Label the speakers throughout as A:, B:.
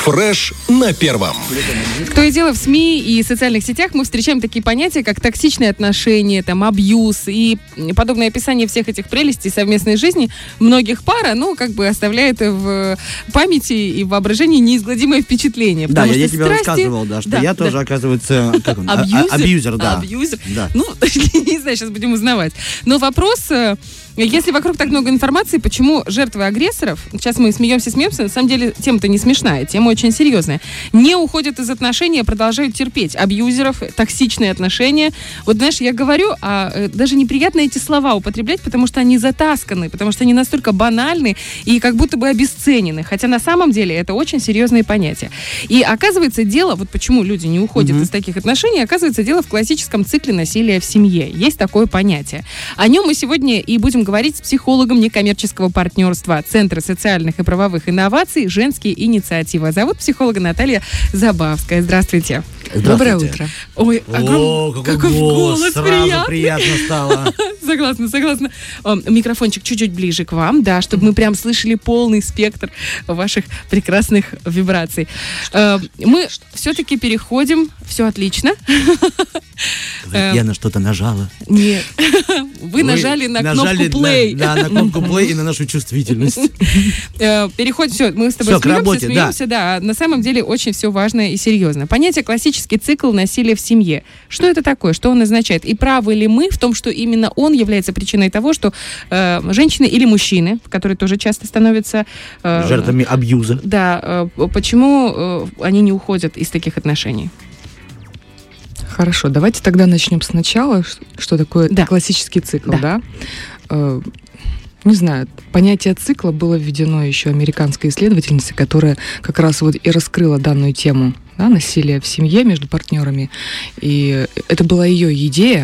A: Фреш на первом.
B: То и дело, в СМИ и социальных сетях мы встречаем такие понятия, как токсичные отношения, там, абьюз и подобное описание всех этих прелестей совместной жизни многих пар, оставляет в памяти и в воображении неизгладимое впечатление.
C: Да, я тебе рассказывал, что я тоже, оказывается, абьюзер, да.
B: Абьюзер? Да. Не знаю, сейчас будем узнавать. Но вопрос... Если вокруг так много информации, почему жертвы агрессоров, сейчас мы смеемся, на самом деле тема-то не смешная, тема очень серьезная, не уходят из отношений, а продолжают терпеть абьюзеров, токсичные отношения. Вот, знаешь, я говорю, даже неприятно эти слова употреблять, потому что они затасканы, потому что они настолько банальны и как будто бы обесценены. Хотя на самом деле это очень серьезные понятия. И оказывается дело, вот почему люди не уходят из таких отношений, оказывается дело в классическом цикле насилия в семье. Есть такое понятие. О нем мы сегодня и будем говорить с психологом некоммерческого партнерства Центра социальных и правовых инноваций «Женские инициативы». Зовут психолога Наталья Забавская. Здравствуйте.
C: Доброе
B: утро. Ой,
C: какой голос
B: сразу
C: приятно стало.
B: Согласна. Микрофончик чуть-чуть ближе к вам, да, чтобы мы прям слышали полный спектр ваших прекрасных вибраций. Мы все-таки переходим. Все отлично.
C: Я на что-то нажала.
B: Нет. Вы нажали на кнопку play.
C: Да, на кнопку play и на нашу чувствительность.
B: Переходим, все, мы с тобой смеемся, да. На самом деле очень все важно и серьезно. Понятие классический цикл насилия в семье. Что это такое? Что он означает? И правы ли мы в том, что именно он является причиной того, что женщины или мужчины, которые тоже часто становятся
C: жертвами абьюза.
B: Да. Почему они не уходят из таких отношений?
D: Хорошо, давайте тогда начнем сначала. Что такое классический цикл, да? Не знаю, понятие цикла было введено еще американской исследовательницей, которая как раз вот и раскрыла данную тему, да, насилия в семье между партнерами. И это была ее идея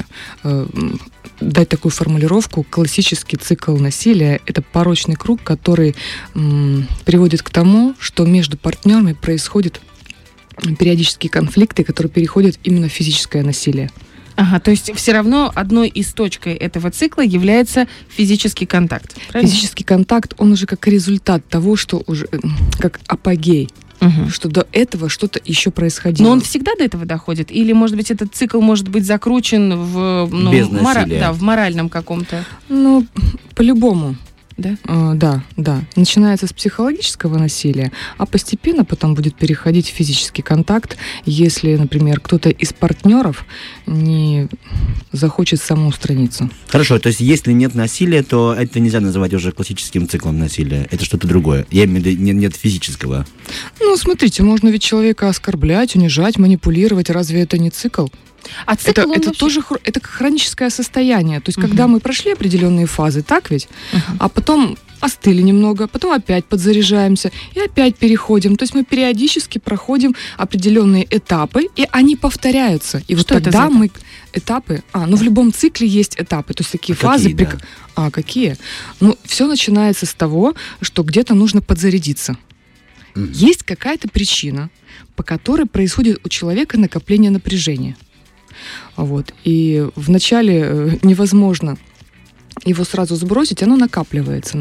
D: дать такую формулировку: классический цикл насилия — это порочный круг, который приводит к тому, что между партнерами происходят периодические конфликты, которые переходят именно в физическое насилие.
B: Ага, то есть все равно одной из точкой этого цикла является физический контакт. Правильно?
D: Физический контакт, он уже как результат того, что уже как апогей, что до этого что-то еще происходило.
B: Но он всегда до этого доходит? Или, может быть, этот цикл может быть закручен в моральном каком-то?
D: По-любому.
B: Да?
D: Да. Начинается с психологического насилия, а постепенно потом будет переходить в физический контакт, если, например, кто-то из партнеров не захочет самоустраниться.
C: Хорошо, то есть если нет насилия, то это нельзя называть уже классическим циклом насилия. Это что-то другое. Я имею в виду, нет физического.
D: Смотрите, можно ведь человека оскорблять, унижать, манипулировать. Разве это не цикл?
B: А цикл
D: это тоже это хроническое состояние. То есть, когда мы прошли определенные фазы, так ведь? А потом остыли немного, потом опять подзаряжаемся и опять переходим. То есть мы периодически проходим определенные этапы, и они повторяются. И вот тогда мы... Этапы? В любом цикле есть этапы. То есть такие фазы... Какие? Все начинается с того, что где-то нужно подзарядиться. Есть какая-то причина, по которой происходит у человека накопление напряжения. И вначале невозможно его сразу сбросить, оно накапливается.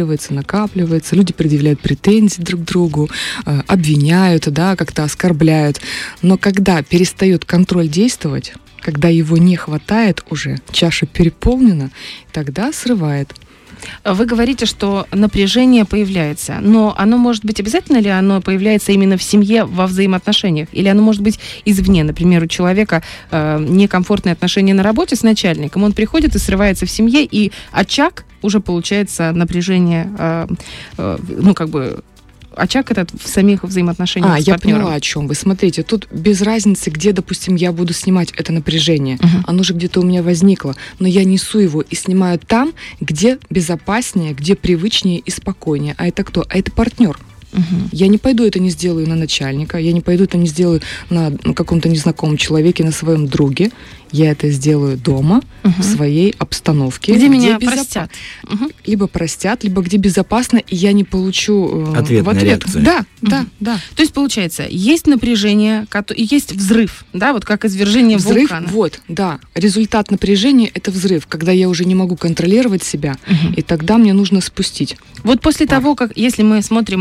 D: Люди предъявляют претензии друг к другу, обвиняют, как-то оскорбляют. Но когда перестает контроль действовать, когда его не хватает уже, чаша переполнена, тогда срывает.
B: Вы говорите, что напряжение появляется, но оно может быть, обязательно ли оно появляется именно в семье, во взаимоотношениях? Или оно может быть извне? Например, у человека некомфортные отношения на работе с начальником, он приходит и срывается в семье, и очаг уже получается напряжение, очаг этот в самих взаимоотношениях с партнером.
D: Я поняла, о чем вы. Смотрите, тут без разницы, где, допустим, я буду снимать это напряжение. Оно же где-то у меня возникло, но я несу его и снимаю там, где безопаснее, где привычнее и спокойнее. А это кто? А это партнер. Я не пойду это не сделаю на начальника, я не пойду это не сделаю на каком-то незнакомом человеке, на своем друге. Я это сделаю дома, в своей обстановке.
B: Где меня простят.
D: Либо простят, либо где безопасно, и я не получу
C: ответной реакции.
D: Да.
B: То есть, получается, есть напряжение, есть взрыв, да, вот как извержение вулкана.
D: Результат напряжения — это взрыв, когда я уже не могу контролировать себя, и тогда мне нужно спустить.
B: Вот после того, как, если мы смотрим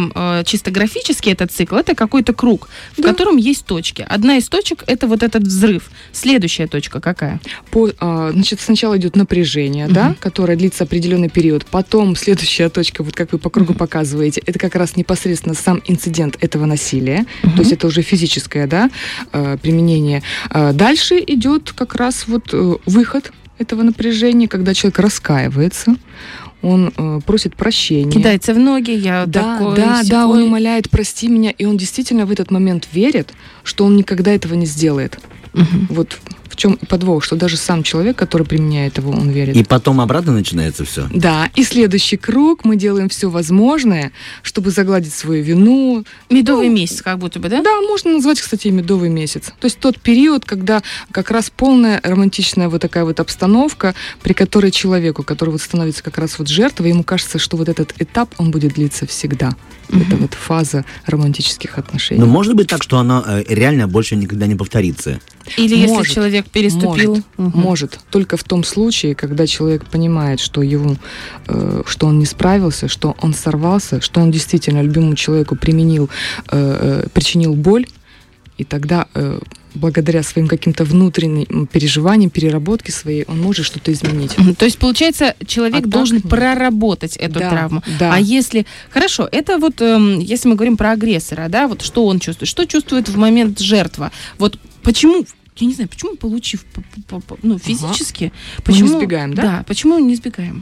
B: чисто графически этот цикл, это какой-то круг, в котором есть точки. Одна из точек – это вот этот взрыв. Следующая точка какая?
D: Значит, сначала идет напряжение, да, которое длится определенный период. Потом следующая точка, вот как вы по кругу показываете, это как раз непосредственно сам инцидент этого насилия. То есть это уже физическое, да, применение. Дальше идет как раз вот выход этого напряжения, когда человек раскаивается, он просит прощения.
B: Кидается в ноги,
D: Да, он умоляет, прости меня, и он действительно в этот момент верит, что он никогда этого не сделает. Вот в чем подвох, что даже сам человек, который применяет его, он верит.
C: И потом обратно начинается все.
D: Да, и следующий круг, мы делаем все возможное, чтобы загладить свою вину.
B: Медовый месяц, как будто бы, да?
D: Да, можно назвать, кстати, и медовый месяц. То есть тот период, когда как раз полная романтичная вот такая вот обстановка, при которой человеку, который вот становится как раз вот жертвой, ему кажется, что вот этот этап, он будет длиться всегда. Это вот фаза романтических отношений.
C: Но может быть так, что она реально больше никогда не повторится?
B: Или если человек переступил?
D: Может. Только в том случае, когда человек понимает, что что он не справился, что он сорвался, что он действительно любимому человеку причинил боль, и тогда благодаря своим каким-то внутренним переживаниям, переработке своей, он может что-то изменить.
B: То есть, получается, человек должен проработать эту травму.
D: Да.
B: А если... Хорошо, это вот, если мы говорим про агрессора, да, вот что он чувствует? Что чувствует в момент жертва? Вот почему... Я не знаю, почему, получив физически... Почему,
D: мы не избегаем, да?
B: Да, почему не избегаем?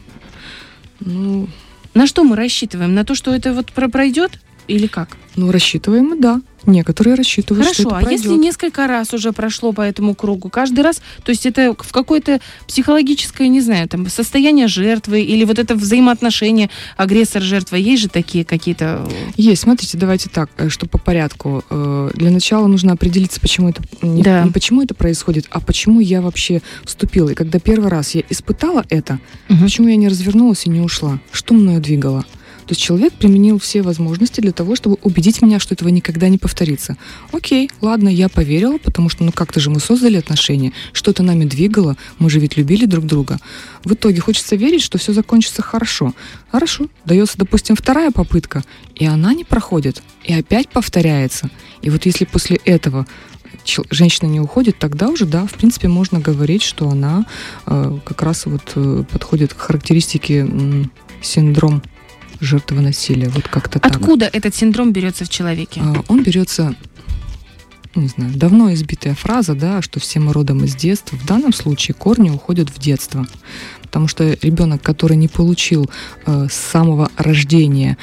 B: На что мы рассчитываем? На то, что это вот пройдет? Или как?
D: Рассчитываем, да. Некоторые рассчитывают, что это пройдет.
B: Хорошо, а если несколько раз уже прошло по этому кругу, каждый раз, то есть это в какое-то психологическое, не знаю, там, состояние жертвы или вот это взаимоотношение агрессор-жертва, есть же такие какие-то...
D: Есть, смотрите, давайте так, что по порядку. Для начала нужно определиться, почему это... Не почему это происходит, а почему я вообще вступила. И когда первый раз я испытала это, почему я не развернулась и не ушла? Что мною двигало? То есть человек применил все возможности для того, чтобы убедить меня, что этого никогда не повторится. Окей, ладно, я поверила, потому что, как-то же мы создали отношения, что-то нами двигало, мы же ведь любили друг друга. В итоге хочется верить, что все закончится хорошо. Хорошо, дается, допустим, вторая попытка, и она не проходит, и опять повторяется. И вот если после этого женщина не уходит, тогда уже, да, в принципе, можно говорить, что она как раз вот подходит к характеристике синдром жертвы насилия, вот как-то так.
B: Откуда этот синдром берется в человеке?
D: Он берется, не знаю, давно избитая фраза, да, что все мы родом из детства. В данном случае корни уходят в детство, потому что ребенок, который не получил с самого рождения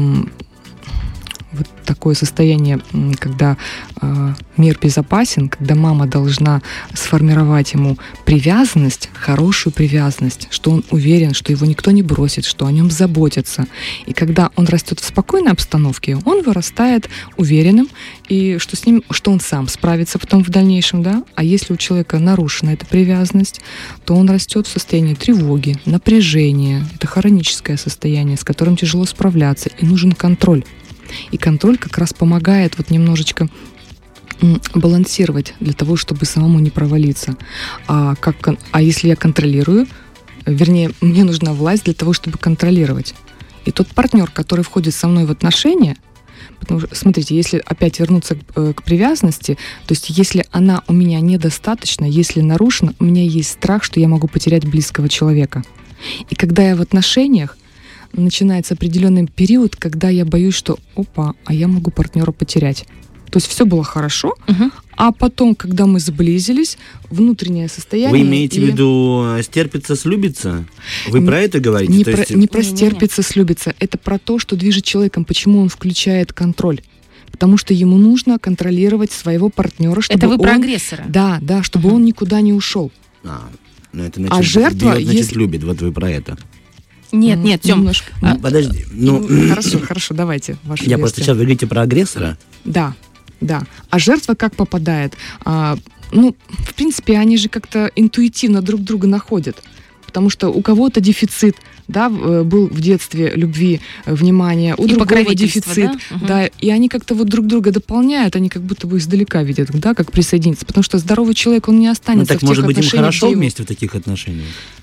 D: вот такое состояние, когда мир безопасен, когда мама должна сформировать ему привязанность, хорошую привязанность, что он уверен, что его никто не бросит, что о нем заботятся. И когда он растет в спокойной обстановке, он вырастает уверенным, и что с ним, что он сам справится потом в дальнейшем, да. А если у человека нарушена эта привязанность, то он растет в состоянии тревоги, напряжения. Это хроническое состояние, с которым тяжело справляться, и нужен контроль. И контроль как раз помогает вот немножечко балансировать для того, чтобы самому не провалиться. А если я контролирую, вернее, мне нужна власть для того, чтобы контролировать. И тот партнер, который входит со мной в отношения, потому что, смотрите, если опять вернуться к привязанности, то есть если она у меня недостаточна, если нарушена, у меня есть страх, что я могу потерять близкого человека. И когда я в отношениях, начинается определенный период, когда я боюсь, что а я могу партнера потерять. То есть все было хорошо, а потом, когда мы сблизились, внутреннее состояние...
C: Вы имеете в виду стерпится, слюбится? Вы про это говорите?
D: Не про стерпится, слюбится. Это про то, что движет человеком, почему он включает контроль. Потому что ему нужно контролировать своего партнера, чтобы
B: это вы про агрессора?
D: Да, чтобы он никуда не ушел.
C: Это значит,
D: жертва,
C: значит, любит. Вот вы про это.
B: Нет, Тём.
C: Подожди.
D: Хорошо, давайте вашу
C: Я просто сейчас, вы говорите про агрессора?
D: Да. А жертва как попадает? В принципе, они же как-то интуитивно друг друга находят. Потому что у кого-то дефицит, да, был в детстве любви, внимания, у другого дефицит, да, и они как-то вот друг друга дополняют, они как будто бы издалека видят, да, как присоединиться, потому что здоровый человек, он не останется в тех отношениях.
C: Так может быть им хорошо вместе в таких отношениях?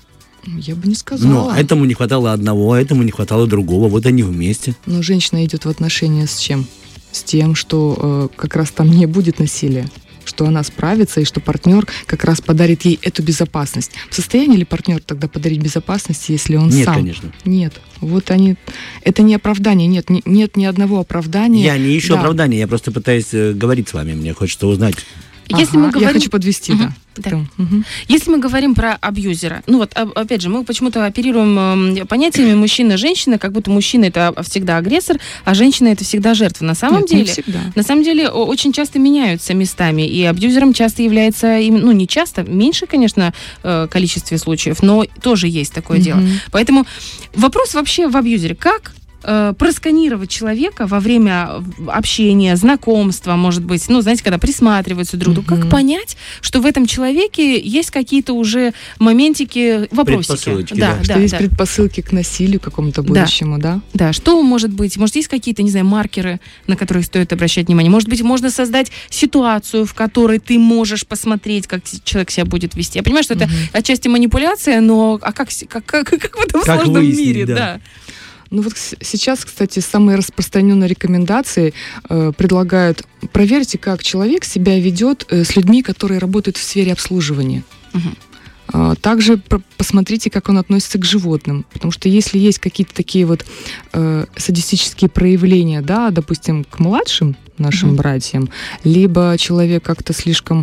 D: Я бы не сказала.
C: Но этому не хватало одного, этому не хватало другого. Вот они вместе.
D: Но женщина идет в отношения с чем? С тем, что как раз там не будет насилия. Что она справится, и что партнер как раз подарит ей эту безопасность. В состоянии ли партнер тогда подарить безопасность, если он
C: Нет,
D: сам?
C: конечно.
D: Нет. Вот они... Это не оправдание. Нет ни одного оправдания.
C: Я не ищу
D: Да.
C: оправдания, я просто пытаюсь говорить с вами. Мне хочется узнать.
B: Если мы говорим...
D: Я хочу подвести, да.
B: Да. Если мы говорим про абьюзера, ну вот, опять же, мы почему-то оперируем понятиями мужчина, женщина, как будто мужчина это всегда агрессор, а женщина это всегда жертва. На самом
D: Нет, не
B: деле,
D: всегда.
B: на самом деле, очень часто меняются местами, и абьюзером часто является, ну не часто, меньше, конечно, количестве случаев, но тоже есть такое дело. Поэтому вопрос вообще в абьюзере: как просканировать человека во время общения, знакомства, может быть, ну, знаете, когда присматриваются друг к другу, как понять, что в этом человеке есть какие-то уже моментики, вопросики.
C: Предпосылочки,
B: да.
D: Что есть предпосылки к насилию какому-то будущему, да?
B: Да, что может быть? Может, есть какие-то, не знаю, маркеры, на которые стоит обращать внимание? Может быть, можно создать ситуацию, в которой ты можешь посмотреть, как человек себя будет вести. Я понимаю, что это отчасти манипуляция, но как в этом сложном
C: выяснить,
B: мире?
C: да.
D: Ну вот сейчас, кстати, самые распространенные рекомендации предлагают: проверьте, как человек себя ведет с людьми, которые работают в сфере обслуживания. Также посмотрите, как он относится к животным, потому что если есть какие-то такие вот садистические проявления, да, допустим, к младшим нашим братьям, либо человек как-то слишком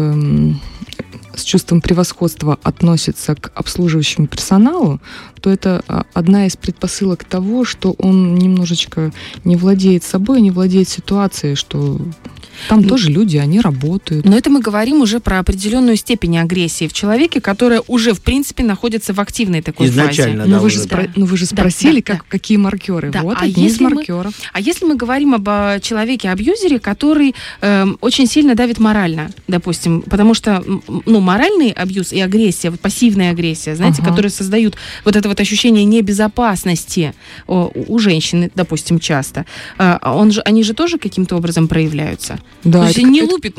D: с чувством превосходства относится к обслуживающему персоналу, то это одна из предпосылок того, что он немножечко не владеет собой, не владеет ситуацией, что там тоже люди, они работают.
B: Но это мы говорим уже про определенную степень агрессии в человеке, которая уже, в принципе, находится в активной такой
C: Изначально,
B: фазе.
C: да,
D: Но
C: уже.
D: вы же спросили, какие маркеры.
B: Да.
D: Вот
B: А
D: одни из
B: если мы-
D: маркеров.
B: А если мы говорим об человеке-абьюзере, который очень сильно давит морально, допустим, потому что моральный абьюз и агрессия, вот пассивная агрессия, знаете, которые создают вот это вот ощущение небезопасности у женщины, допустим, часто, они же тоже каким-то образом проявляются.
D: Да,
B: То есть не лупит,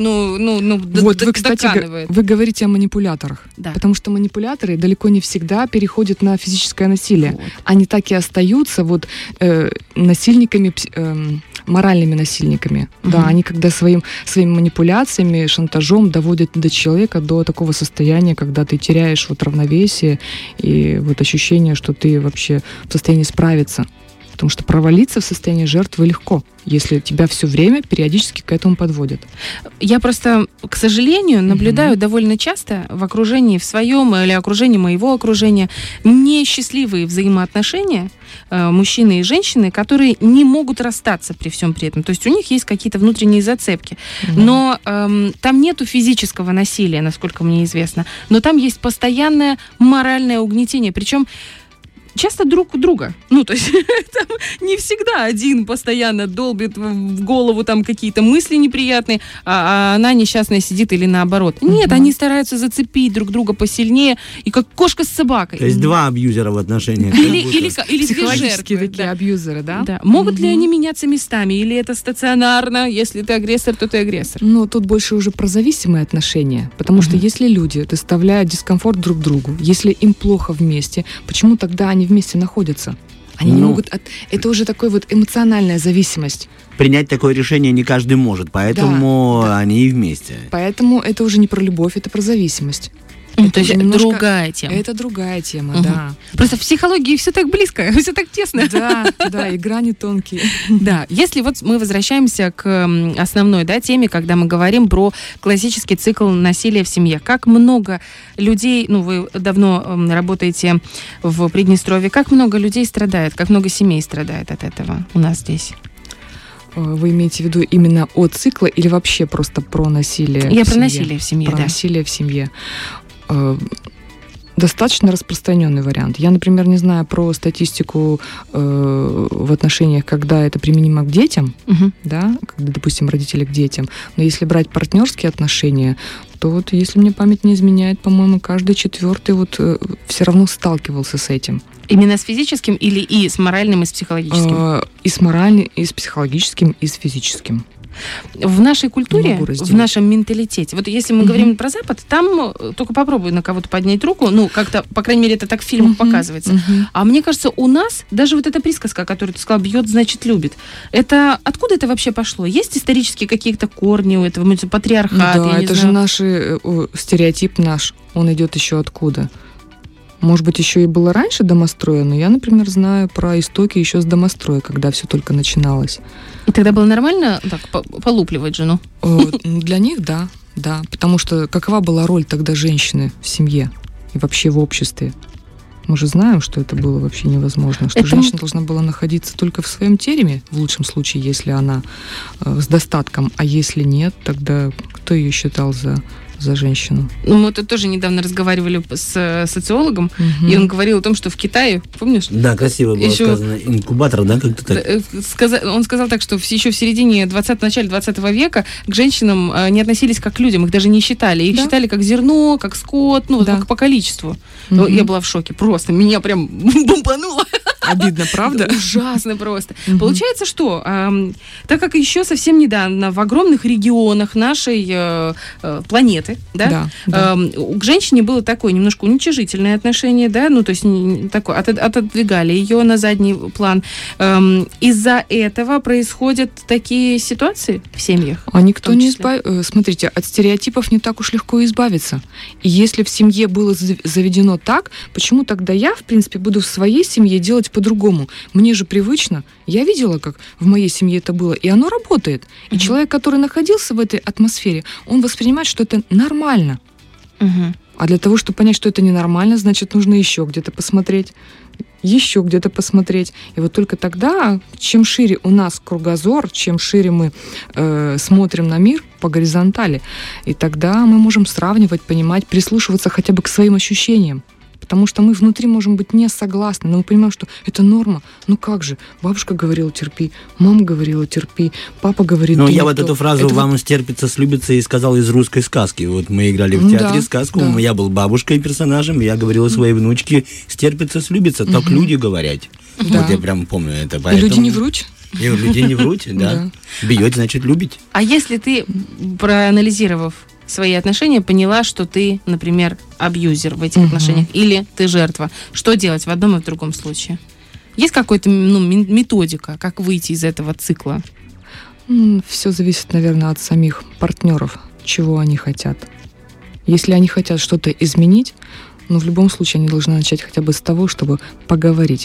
D: Вот вы, кстати,
B: доканывает.
D: вы говорите о манипуляторах.
B: Да.
D: Потому что манипуляторы далеко не всегда переходят на физическое насилие.
B: Вот.
D: Они так и остаются насильниками, моральными насильниками. Да, они когда своими манипуляциями, шантажом доводят до человека до такого состояния, когда ты теряешь равновесие и ощущение, что ты вообще в состоянии справиться. Потому что провалиться в состоянии жертвы легко, если тебя все время периодически к этому подводят.
B: Я просто, к сожалению, наблюдаю довольно часто в окружении в своем или окружении моего окружения несчастливые взаимоотношения мужчины и женщины, которые не могут расстаться при всем при этом. То есть у них есть какие-то внутренние зацепки. Но там нету физического насилия, насколько мне известно. Но там есть постоянное моральное угнетение. Причем часто друг у друга. То есть там не всегда один постоянно долбит в голову там какие-то мысли неприятные, а она несчастная сидит или наоборот. Нет, они стараются зацепить друг друга посильнее, и как кошка с собакой.
C: То есть два абьюзера в отношениях.
B: Или две
D: Психологические
B: жертвы.
D: такие абьюзеры, да?
B: Да. Могут ли они меняться местами, или это стационарно? Если ты агрессор, то ты агрессор.
D: Тут больше уже про зависимые отношения. Потому что если люди доставляют дискомфорт друг другу, если им плохо вместе, почему тогда они вместе находятся? Они не могут... Это уже такой эмоциональная зависимость.
C: Принять такое решение не каждый может, поэтому они и вместе.
D: Поэтому это уже не про любовь, это про зависимость.
B: То есть другая тема.
D: Это другая тема, да.
B: Просто в психологии все так близко, все так тесно.
D: Да, и грани тонкие.
B: Да, если мы возвращаемся к основной теме, когда мы говорим про классический цикл насилия в семье. Как много людей, вы давно работаете в Приднестровье, как много людей страдает, как много семей страдает от этого у нас здесь?
D: Вы имеете в виду именно о цикле или вообще просто про насилие?
B: Я про насилие в семье,
D: про насилие в семье. Достаточно распространенный вариант. Я, например, не знаю про статистику в отношениях, когда это применимо к детям, да, когда, допустим, родители к детям. Но если брать партнерские отношения, то если мне память не изменяет, по-моему, каждый четвертый все равно сталкивался с этим.
B: Именно с физическим или и с моральным, и с психологическим?
D: И с моральным, и с психологическим, и с физическим.
B: В нашей культуре, в нашем менталитете, вот если мы говорим про Запад, там только попробуй на кого-то поднять руку, ну, как-то, по крайней мере, это так в фильмах показывается. А мне кажется, у нас даже вот эта присказка, которую ты сказала, бьет, значит, любит. Это откуда это вообще пошло? Есть исторические какие-то корни у этого патриархата?
D: Да, это же наш стереотип наш, он идет еще откуда? Может быть, еще и было раньше домостроя, но я, например, знаю про истоки еще с домостроя, когда все только начиналось.
B: И тогда было нормально так полупливать жену?
D: Для них, да, потому что какова была роль тогда женщины в семье и вообще в обществе? Мы же знаем, что это было вообще невозможно, что женщина должна была находиться только в своем тереме, в лучшем случае, если она с достатком, а если нет, тогда кто ее считал за женщину?
B: Ну, мы тут тоже недавно разговаривали с социологом, и он говорил о том, что в Китае, помнишь?
C: Да, красиво было сказано, инкубатор, да, как-то так?
B: Он сказал так, что еще в середине начале 20 века к женщинам не относились как к людям, их даже не считали. Их считали как зерно, как скот, ну, как по количеству. Я была в шоке, просто меня прям бомбануло.
D: Обидно, правда?
B: Ужасно просто. Получается, что так как еще совсем недавно в огромных регионах нашей планеты, к женщине было такое немножко уничижительное отношение, да, ну, то есть такое, отодвигали ее на задний план. Из-за этого происходят такие ситуации в семьях?
D: А никто не избавится. Смотрите, от стереотипов не так уж легко избавиться. И если в семье было заведено так, почему тогда я, в принципе, буду в своей семье делать по-другому? Мне же привычно. Я видела, как в моей семье это было, и оно работает. И человек, который находился в этой атмосфере, он воспринимает, что это нормально. А для того, чтобы понять, что это ненормально, значит, нужно еще где-то посмотреть. Еще где-то посмотреть. И вот только тогда, чем шире у нас кругозор, чем шире мы смотрим на мир по горизонтали, и тогда мы можем сравнивать, понимать, прислушиваться хотя бы к своим ощущениям. Потому что мы внутри можем быть не согласны, но мы понимаем, что это норма. Ну как же? Бабушка говорила терпи, мама говорила терпи, папа говорит...
C: Ну, я вот эту фразу «вам стерпится, слюбится» и сказал из русской сказки. Вот мы играли в театре сказку, я был бабушкой персонажем, я говорила своей внучке «стерпится, слюбится», так люди говорят. Вот я прям помню это.
D: И люди не врут.
C: И людей не врут, да. Бьет, значит, любить.
B: А если ты, проанализировав свои отношения, поняла, что ты, например, абьюзер в этих отношениях, или ты жертва, что делать в одном и в другом случае? Есть какая-то методика, как выйти из этого цикла?
D: Все зависит, наверное, от самих партнеров, чего они хотят. Если они хотят что-то изменить, в любом случае они должны начать хотя бы с того, чтобы поговорить.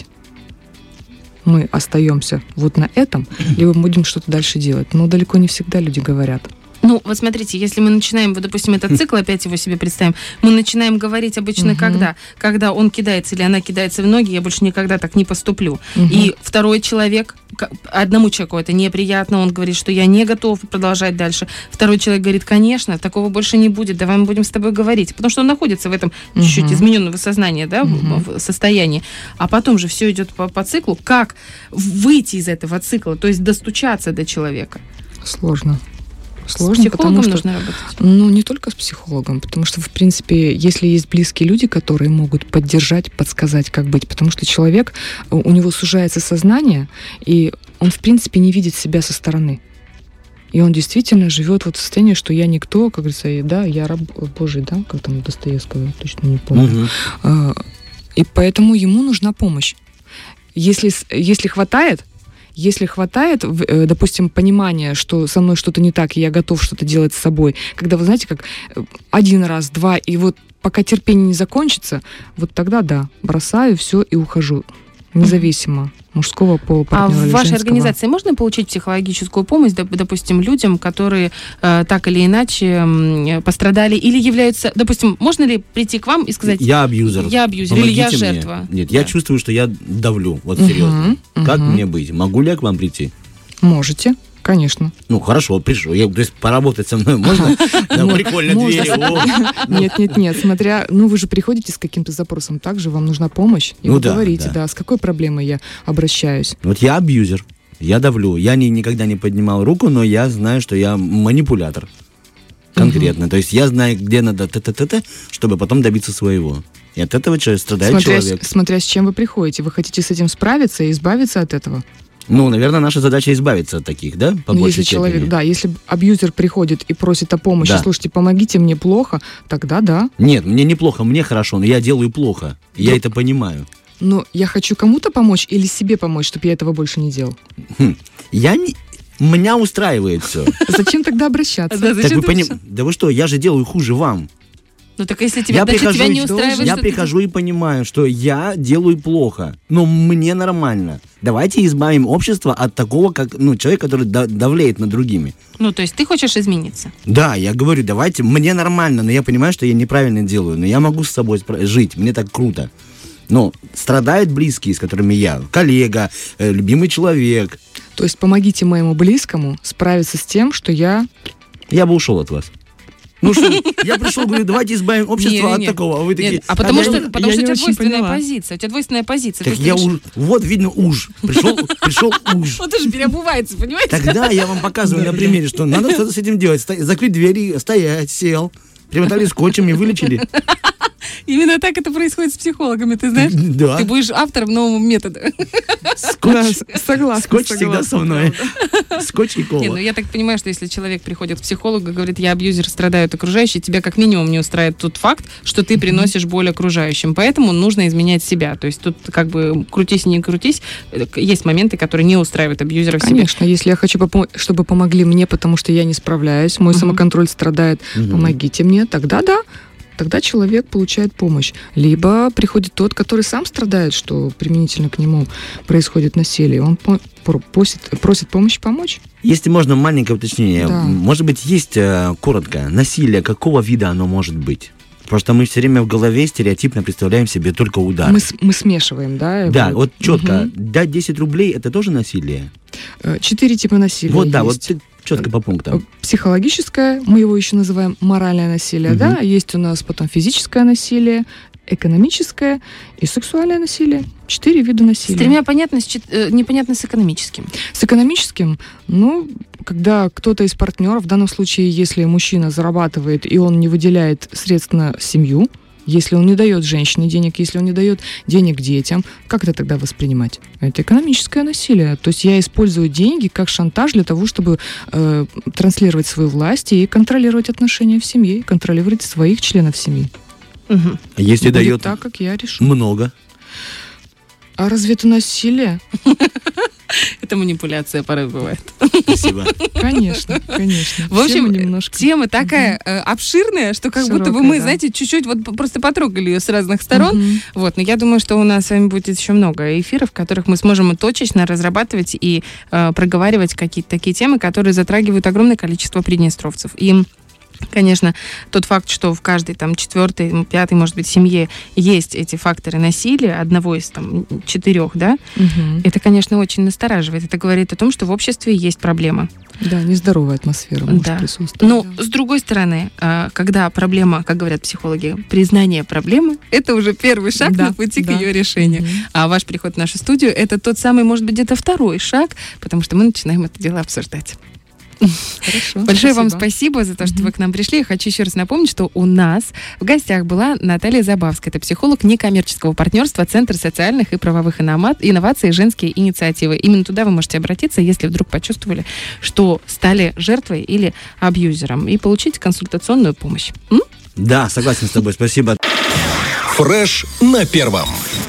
D: Мы остаемся вот на этом, либо будем что-то дальше делать. Но далеко не всегда люди говорят.
B: Ну, вот смотрите, если мы начинаем, вот, допустим, этот цикл, опять его себе представим, мы начинаем говорить обычно когда он кидается или она кидается в ноги, я больше никогда так не поступлю. И второй человек, одному человеку это неприятно, он говорит, что я не готов продолжать дальше. Второй человек говорит, конечно, такого больше не будет, давай мы будем с тобой говорить. Потому что он находится в этом чуть-чуть измененного сознания, да, в состоянии. А потом же все идет по циклу. Как выйти из этого цикла, то есть достучаться до человека?
D: Сложно,
B: с психологом нужно работать?
D: Ну, не только с психологом, потому что, в принципе, если есть близкие люди, которые могут поддержать, подсказать, как быть, потому что человек, у него сужается сознание, и он, в принципе, не видит себя со стороны. И он действительно живет вот в состоянии, что я никто, как говорится, да, я раб Божий, да, как там Достоевского, точно не помню. И поэтому ему нужна помощь. Если хватает, допустим, понимания, что со мной что-то не так, и я готов что-то делать с собой, когда, вы знаете, как один раз, два, и вот пока терпение не закончится, вот тогда, да, бросаю все и ухожу. Независимо мужского пола партнера или
B: в вашей
D: женского.
B: организации можно получить психологическую помощь, допустим, людям, которые так или иначе пострадали или являются... Допустим, можно ли прийти к вам и сказать...
C: Я абьюзер.
B: Или я жертва?
C: Нет, я чувствую, что я давлю. Вот серьезно. Как мне быть? Могу ли я к вам прийти?
D: Можете. Конечно.
C: Ну, хорошо, пришел. То есть поработать со мной можно? Прикольно, двери.
D: Нет. Смотря, вы же приходите с каким-то запросом, также вам нужна помощь. И вы говорите, да, с какой проблемой я обращаюсь.
C: Вот я абьюзер, я давлю. Я никогда не поднимал руку, но я знаю, что я манипулятор. Конкретно. То есть я знаю, где надо чтобы потом добиться своего. И от этого страдает человек.
D: Смотря с чем вы приходите. Вы хотите с этим справиться и избавиться от этого?
C: Ну, наверное, наша задача избавиться от таких, да? По большей
D: Если
C: степени.
D: человек, да, если абьюзер приходит и просит о помощи,
C: Да.
D: слушайте, помогите, мне плохо, тогда да.
C: Нет, мне неплохо, мне хорошо, но я делаю плохо. Я это понимаю.
D: Но я хочу кому-то помочь или себе помочь, чтобы я этого больше не делал.
C: Меня устраивает все.
D: Зачем тогда обращаться?
B: Да, зачем ты решил?
C: Да вы что, я же делаю хуже вам.
B: Ну так если тебя, значит, тебя не устраивает,
C: я
B: что
C: прихожу и понимаю, что я делаю плохо, но мне нормально. Давайте избавим общество от такого, как человек, который давляет над другими.
B: Ну, то есть ты хочешь измениться?
C: Да, я говорю, давайте, мне нормально, но я понимаю, что я неправильно делаю, но я могу с собой жить, мне так круто. Но страдают близкие, с которыми я, коллега, любимый человек.
D: То есть помогите моему близкому справиться с тем, что я...
C: Я бы ушел от вас. Ну что, я пришел, говорю, давайте избавим общество от такого. А вы такие...
B: А потому что у
D: не
B: тебя
D: очень
B: двойственная
D: поняла.
B: позиция. У тебя двойственная позиция.
C: Так
B: Ты
C: я
B: говоришь,
C: вот, видно, уж. Пришел уж.
B: он тоже переобувается, понимаете?
C: Тогда я вам показываю на примере, что надо что-то с этим делать. Закрыть двери, стоять, сел. Примотали скотчем и вылечили.
B: Именно так это происходит с психологами, ты знаешь?
C: Да.
B: Ты будешь автором нового метода.
C: Скотч,
D: Согласна.
C: скотч всегда со мной. Скотч и
B: Не, ну
C: кола.
B: я так понимаю, что если человек приходит к психологу и говорит, я абьюзер, страдаю от окружающих, тебя как минимум не устраивает тот факт, что ты приносишь боль окружающим. Поэтому нужно изменять себя. То есть тут как бы крутись, не крутись. Есть моменты, которые не устраивают абьюзера в себе.
D: Конечно, если я хочу, чтобы помогли мне, потому что я не справляюсь, мой самоконтроль страдает, помогите мне, тогда да. Тогда человек получает помощь. Либо приходит тот, который сам страдает, что применительно к нему происходит насилие. Он просит помочь.
C: Если можно, маленькое уточнение.
D: Да.
C: Может быть, есть коротко, насилие, какого вида оно может быть? Просто мы все время в голове стереотипно представляем себе только удар.
D: Мы смешиваем, да?
C: Да, вот четко. Дать 10 рублей, это тоже насилие?
D: 4 типа насилия
C: Вот, да,
D: есть.
C: вот четко по пунктам.
D: Психологическое, мы его еще называем моральное насилие, да? Есть у нас потом физическое насилие, экономическое и сексуальное насилие. 4 вида
B: С
D: насилия.
B: тремя понятно, непонятно с экономическим.
D: С экономическим, когда кто-то из партнеров, в данном случае, если мужчина зарабатывает и он не выделяет средств на семью, если он не дает женщине денег, если он не дает денег детям, как это тогда воспринимать? Это экономическое насилие. То есть я использую деньги как шантаж для того, чтобы транслировать свою власть и контролировать отношения в семье, контролировать своих членов семьи.
B: Угу.
C: Если
D: Будет
C: дает
D: так, как я решу.
C: много.
D: А разве это насилие?
B: Это манипуляция порой бывает.
C: Спасибо.
D: Конечно.
B: В общем,
D: немножко.
B: тема такая обширная, что как будто бы
D: Широкая,
B: мы,
D: да.
B: знаете, чуть-чуть вот просто потрогали ее с разных сторон. Вот, но я думаю, что у нас с вами будет еще много эфиров, в которых мы сможем точечно разрабатывать и проговаривать какие-то такие темы, которые затрагивают огромное количество приднестровцев. И конечно, тот факт, что в каждой там 4-й, 5-й, может быть, семье есть эти факторы насилия, одного из там 4, да, это, конечно, очень настораживает. Это говорит о том, что в обществе есть проблема.
D: Да, нездоровая атмосфера может
B: Да.
D: присутствовать.
B: Но,
D: да.
B: с другой стороны, когда проблема, как говорят психологи, признание проблемы, это уже первый шаг
D: Да,
B: на пути к
D: да.
B: ее решению. А ваш приход в нашу студию — это тот самый, может быть, где-то второй шаг, потому что мы начинаем это дело обсуждать.
D: Хорошо.
B: Большое вам спасибо за то, что вы к нам пришли. Я хочу еще раз напомнить, что у нас в гостях была Наталья Забавская. Это психолог некоммерческого партнерства Центр социальных и правовых инноваций «Женские инициативы». Именно туда вы можете обратиться, если вдруг почувствовали, что стали жертвой или абьюзером, и получить консультационную помощь.
C: Да, согласен с тобой, спасибо.
A: Фреш на первом.